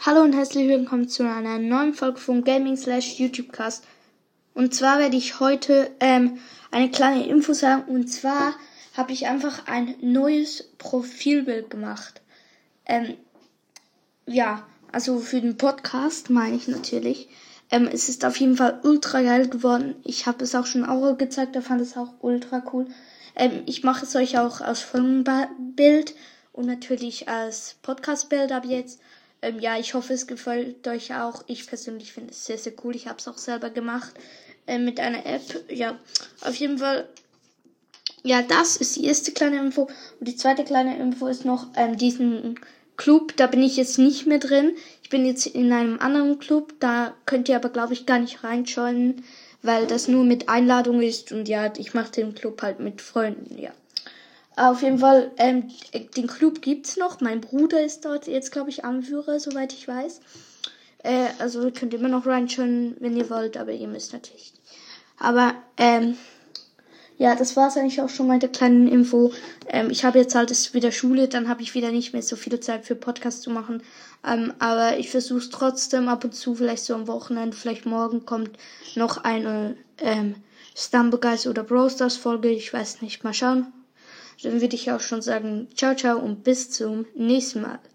Hallo und herzlich willkommen zu einer neuen Folge von Gaming/YouTubecast. Und zwar werde ich heute eine kleine Info sagen. Und zwar habe ich einfach ein neues Profilbild gemacht. Also für den Podcast meine ich natürlich. Es ist auf jeden Fall ultra geil geworden. Ich habe es auch schon Aura gezeigt, der fand es auch ultra cool. Ich mache es euch auch als Folgenbild und natürlich als Podcastbild ab jetzt. Ich hoffe, es gefällt euch auch. Ich persönlich finde es sehr, sehr cool. Ich habe es auch selber gemacht mit einer App. Ja, auf jeden Fall. Ja, das ist die erste kleine Info. Und die zweite kleine Info ist noch diesen Club. Da bin ich jetzt nicht mehr drin. Ich bin jetzt in einem anderen Club. Da könnt ihr aber, glaube ich, gar nicht reinschauen, weil das nur mit Einladung ist. Und ja, ich mache den Club halt mit Freunden, ja. Auf jeden Fall, den Club gibt's noch. Mein Bruder ist dort jetzt, glaube ich, Anführer, soweit ich weiß. Also könnt ihr immer noch reinschauen, wenn ihr wollt, aber ihr müsst natürlich nicht. Aber, das war's eigentlich auch schon mit der kleinen Info. Ich habe jetzt halt wieder Schule, dann habe ich wieder nicht mehr so viel Zeit für Podcasts zu machen. Aber ich versuche es trotzdem ab und zu, vielleicht so am Wochenende, vielleicht morgen kommt noch eine Stumbleguys oder Brawl Stars Folge, ich weiß nicht, mal schauen. Dann würde ich auch schon sagen, ciao, ciao und bis zum nächsten Mal.